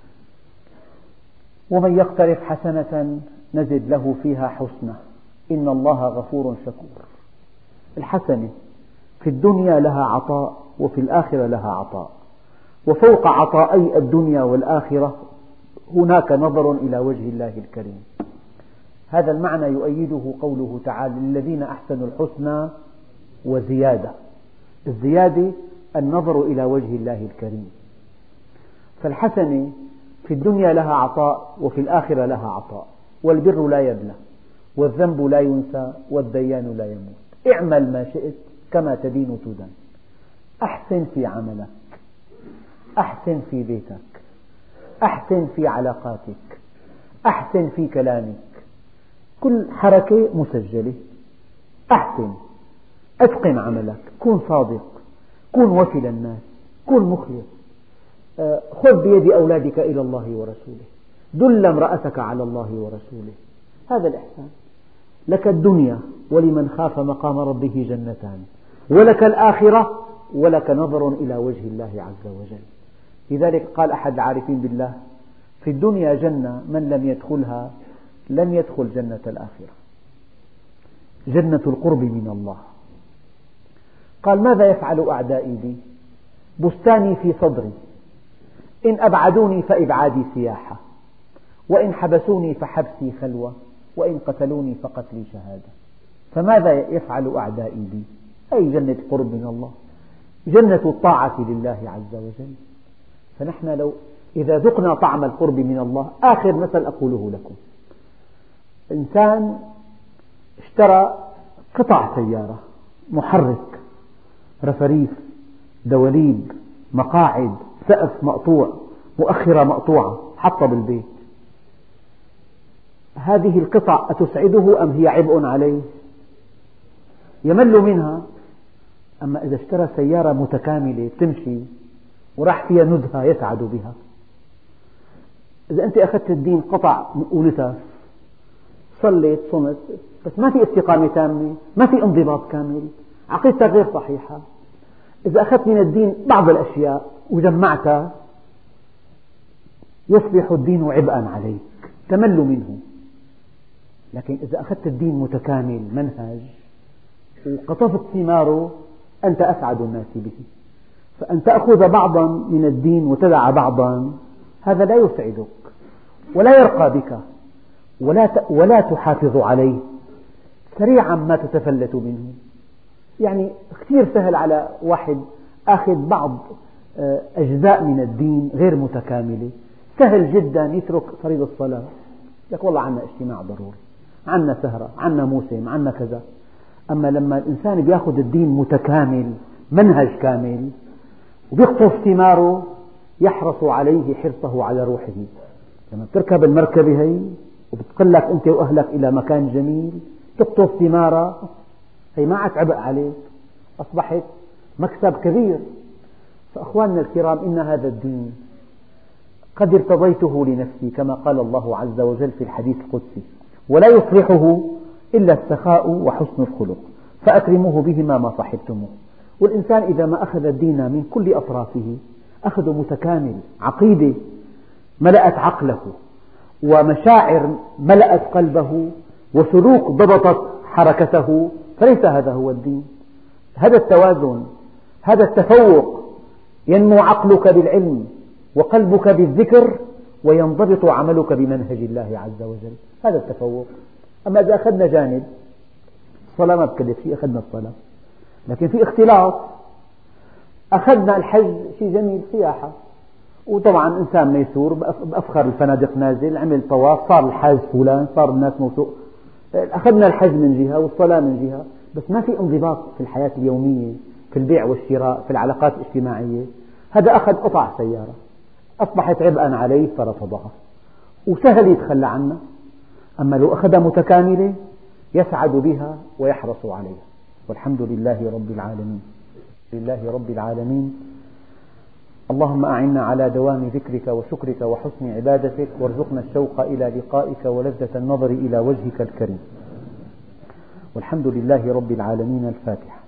ومن يقترف حسنة نزد له فيها حسنة إن الله غفور شكور. الحسنة في الدنيا لها عطاء وفي الآخرة لها عطاء، وفوق عطائي الدنيا والآخرة هناك نظر إلى وجه الله الكريم. هذا المعنى يؤيده قوله تعالى: للذين أحسنوا الحسنى وزيادة. الزيادة النظر إلى وجه الله الكريم. فالحسنة في الدنيا لها عطاء وفي الآخرة لها عطاء، والبر لا يبلى والذنب لا ينسى والديان لا يموت. اعمل ما شئت كما تدين تدان. أحسن في عملك، أحسن في بيتك، أحسن في علاقاتك، أحسن في كلامك، كل حركة مسجلة. أحسن، أتقن عملك، كن صادق، كن وفي للناس، كن مخلص، خذ بيد أولادك إلى الله ورسوله، دل امرأتك على الله ورسوله. هذا الإحسان. لك الدنيا ولمن خاف مقام ربه جنتان، ولك الآخرة ولك نظر إلى وجه الله عز وجل. لذلك قال أحد العارفين بالله: في الدنيا جنة من لم يدخلها لن يدخل جنة الآخرة، جنة القرب من الله. قال: ماذا يفعل أعدائي بي؟ بستاني في صدري، إن أبعدوني فإبعادي سياحة، وإن حبسوني فحبسي خلوة، وإن قتلوني فقتلي شهادة. فماذا يفعل أعدائي بي؟ أي جنة قرب من الله، جنة الطاعة لله عز وجل. فنحن لو إذا ذقنا طعم القرب من الله، آخر مثل أقوله لكم: إنسان اشترى قطع سيارة، محرك، رفريف، دواليب، مقاعد، سقف مقطوع، مؤخرة مقطوعة، حطها بالبيت. هذه القطع أتسعده أم هي عبء عليه؟ يمل منها. أما إذا اشترى سيارة متكاملة تمشي وراح فيها نزهة يسعد بها. إذا أنت أخذت الدين قطع ولتف، صليت صمت، بس ما في استقامة تامة، ما في انضباط كامل، عقيدتك غير صحيحة. إذا أخذت من الدين بعض الأشياء وجمعتها، يصبح الدين عبئا عليك، تمل منه. لكن إذا أخذت الدين متكامل منهج وقطفت ثماره، أنت أسعد الناس به. فأن تأخذ بعضا من الدين وتدع بعضا، هذا لا يسعدك ولا يرقى بك ولا ولا تحافظ عليه، سريعا ما تتفلت منه. يعني كثير سهل على واحد أخذ بعض أجزاء من الدين غير متكاملة، سهل جدا يترك فريضة الصلاة، لك والله عنا اجتماع ضروري، عنا سهرة، عنا موسم، عنا كذا. أما لما الإنسان بيأخذ الدين متكامل، منهج كامل، وبيقطف ثماره، يحرص عليه حرصه على روحه. لما تركب المركبة هي وبتقلك أنت وأهلك إلى مكان جميل، تقطف ثمارة، هي ما عاد عبء عليك، أصبحت مكسب كبير. فأخواننا الكرام، إن هذا الدين قد ارتضيته لنفسي كما قال الله عز وجل في الحديث القدسي: ولا يصلحه إلا السخاء وحسن الخلق، فأكرموه بهما ما صحبتموه. والإنسان إذا ما أخذ الدين من كل أطرافه، أخذ متكامل، عقيدة ملأت عقله، ومشاعر ملأت قلبه، وسلوك ضبطت حركته، فليس هذا هو الدين. هذا التوازن، هذا التفوق، ينمو عقلك بالعلم وقلبك بالذكر، وينضبط عملك بمنهج الله عز وجل، هذا التفوق. أما إذا أخذنا جانب الصلاة ما بكلف شيء، أخذنا الصلاة، لكن في اختلاط. أخذنا الحج شيء جميل، سياحة، وطبعا إنسان ميسور بأفخر الفنادق نازل، عمل طواف، صار الحاج فلان، صار الناس موثوق. أخذنا الحج من جهة والصلاة من جهة، بس ما في انضباط في الحياة اليومية، في البيع والشراء، في العلاقات الاجتماعية. هذا أخذ قطع سيارة أصبحت عبئا عليه فرفضها، وسهل يتخلى عنها. أما لو أخذها متكاملة يسعد بها ويحرص عليها. والحمد لله رب العالمين. لله رب العالمين. اللهم أعنا على دوام ذكرك وشكرك وحسن عبادتك، وارزقنا الشوق إلى لقائك ولذة النظر إلى وجهك الكريم. والحمد لله رب العالمين. الفاتحة.